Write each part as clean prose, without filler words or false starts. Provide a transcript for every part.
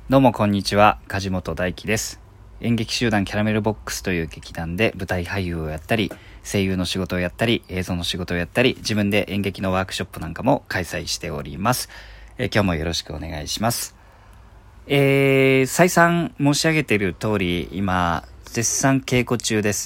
どうもこんにちは、梶本大輝です。演劇集団キャラメルボックスという劇団で舞台俳優をやったり、声優の仕事をやったり、映像の仕事をやったり、自分で演劇のワークショップなんかも開催しております。今日もよろしくお願いします。再三申し上げている通り、今絶賛稽古中です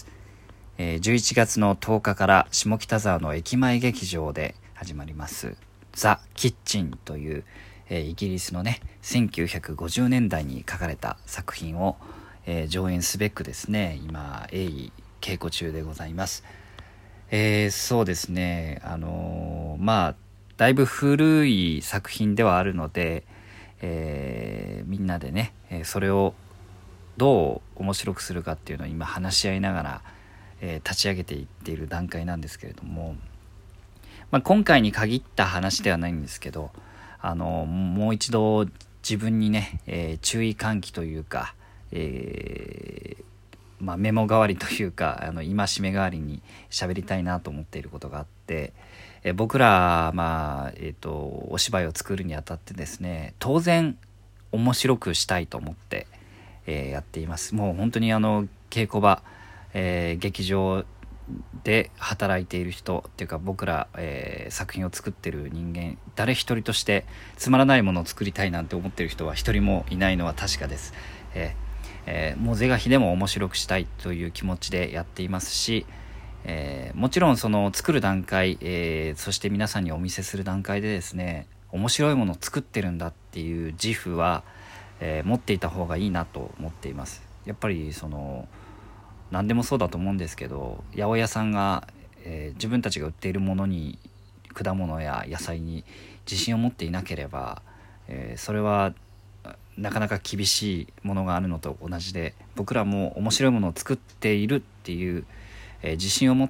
。11月の10日から下北沢の駅前劇場で始まりますザ・キッチンというイギリスのね1950年代に書かれた作品を、上演すべくですね、今鋭意稽古中でございます。そうですね、だいぶ古い作品ではあるので、みんなでね、それをどう面白くするかっていうのを今話し合いながら、立ち上げていっている段階なんですけれども、今回に限った話ではないんですけど、もう一度自分にね、注意喚起というか、メモ代わりというか戒め代わりに喋りたいなと思っていることがあって、僕ら、お芝居を作るにあたってですね、当然面白くしたいと思って、やっています。もう本当に稽古場、劇場で働いている人っていうか、僕ら、作品を作ってる人間誰一人としてつまらないものを作りたいなんて思ってる人は一人もいないのは確かです。もう是が非でも面白くしたいという気持ちでやっていますし、もちろんその作る段階、そして皆さんにお見せする段階でですね、面白いものを作ってるんだっていう自負は、持っていた方がいいなと思っています。やっぱり何でもそうだと思うんですけど、八百屋さんが、自分たちが売っているものに、果物や野菜に自信を持っていなければ、それはなかなか厳しいものがあるのと同じで、僕らも面白いものを作っているっていう、自信を持って、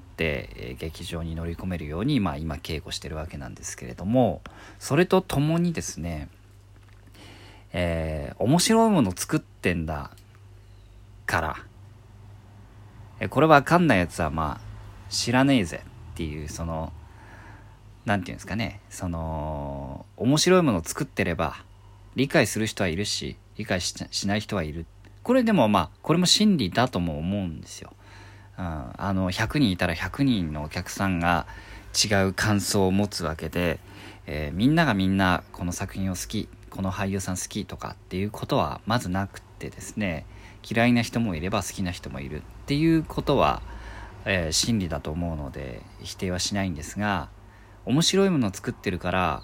劇場に乗り込めるように、今稽古してるわけなんですけれども、それとともにですね、面白いものを作ってんだから、これわかんないやつは知らねえぜっていう、なんていうんですかね、面白いものを作ってれば理解する人はいるし、理解 しない人はいる。これでもこれも真理だとも思うんですよ。100人いたら100人のお客さんが違う感想を持つわけで、みんながみんなこの作品を好き、この俳優さん好きとかっていうことはまずなくてですね、嫌いな人もいれば好きな人もいるっていうことは、真理だと思うので否定はしないんですが、面白いものを作ってるから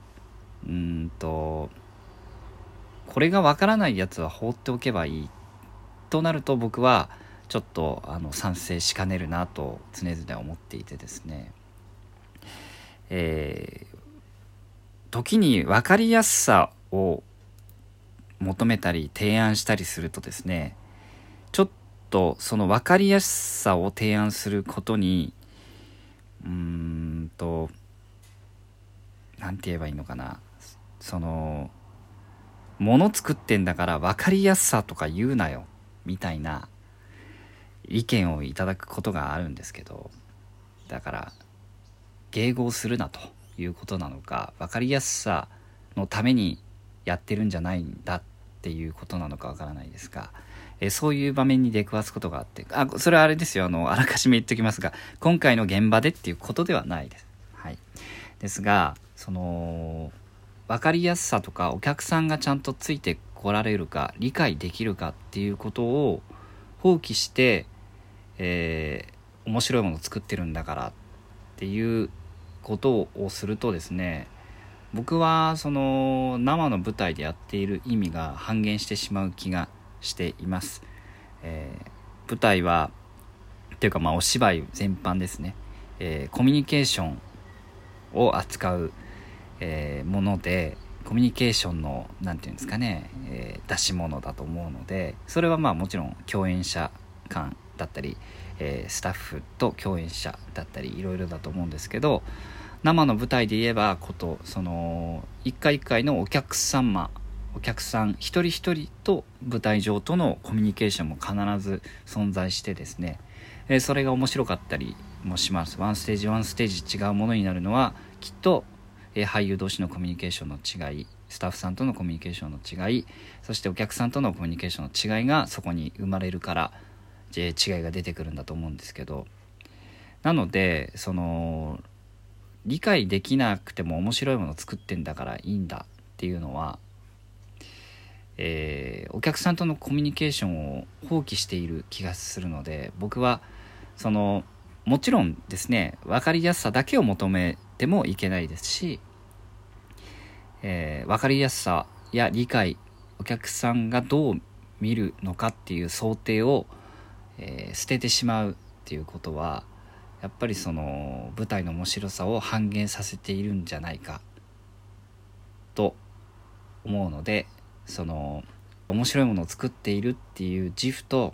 これがわからないやつは放っておけばいいとなると、僕はちょっと賛成しかねるなと常々思っていてですね、時に分かりやすさを求めたり提案したりするとですね、ちょっとその分かりやすさを提案することになんて言えばいいのかな、物作ってんだから分かりやすさとか言うなよみたいな意見をいただくことがあるんですけど、だから迎合するなということなのか、分かりやすさのためにやってるんじゃないんだっていうことなのかわからないですが、そういう場面に出くわすことがあって、それはあれですよ、あらかじめ言っておきますが、今回の現場でっていうことではないです。はい。ですが、分かりやすさとかお客さんがちゃんとついてこられるか理解できるかっていうことを放棄して、面白いものを作ってるんだからっていうことをするとですね、僕は生の舞台でやっている意味が半減してしまう気がしています。舞台はというかお芝居全般ですね、コミュニケーションを扱う、もので、コミュニケーションのなんていうんですかね、出し物だと思うので、それはもちろん共演者間だったり、スタッフと共演者だったりいろいろだと思うんですけど、生の舞台で言えば一回一回のお客さん一人一人と舞台上とのコミュニケーションも必ず存在してですね、それが面白かったりもします。ワンステージ違うものになるのはきっと、俳優同士のコミュニケーションの違いスタッフさんとのコミュニケーションの違い、そしてお客さんとのコミュニケーションの違いがそこに生まれるから違いが出てくるんだと思うんですけど、なので理解できなくても面白いものを作ってんだからいいんだっていうのは、お客さんとのコミュニケーションを放棄している気がするので、僕はもちろんですね、分かりやすさだけを求めてもいけないですし、分かりやすさや理解、お客さんがどう見るのかっていう想定を、捨ててしまうっていうことはやっぱり舞台の面白さを半減させているんじゃないかと思うので、面白いものを作っているっていう自負と、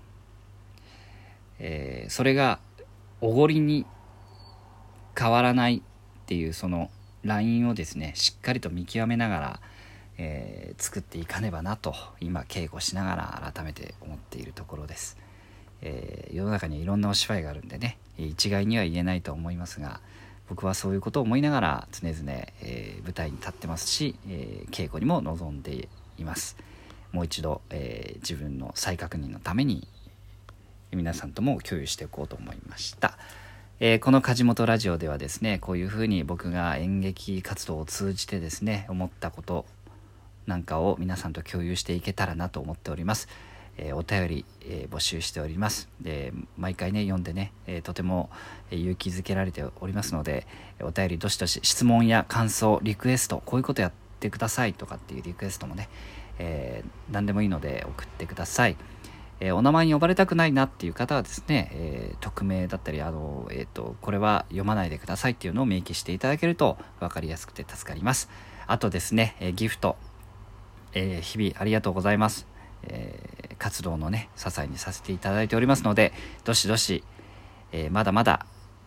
それがおごりに変わらないっていうラインをですね、しっかりと見極めながら、作っていかねばなと今稽古しながら改めて思っているところです。世の中にはいろんなお芝居があるんでね、一概には言えないと思いますが、僕はそういうことを思いながら常々、舞台に立ってますし、稽古にも臨んでいます。もう一度、自分の再確認のために皆さんとも共有していこうと思いました。この梶本ラジオではですね、こういうふうに僕が演劇活動を通じてですね、思ったことなんかを皆さんと共有していけたらなと思っております。お便り、募集しております。毎回ね読んでね、とても勇気づけられておりますので、お便りどしどし質問や感想、リクエスト、こういうことやってくださいとかっていうリクエストもね、何でもいいので送ってください。お名前に呼ばれたくないなっていう方はですね、匿名だったりこれは読まないでくださいっていうのを明記していただけると分かりやすくて助かります。あとですね、ギフト、日々ありがとうございます。活動のね支えにさせていただいておりますので、どしどし、まだまだ、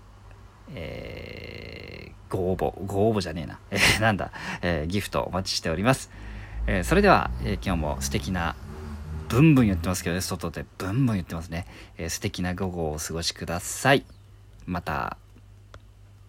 ご応募じゃねえな、ギフトお待ちしております。それでは、今日も素敵なブンブン言ってますけどね、外でブンブン言ってますね、素敵な午後をお過ごしください。また。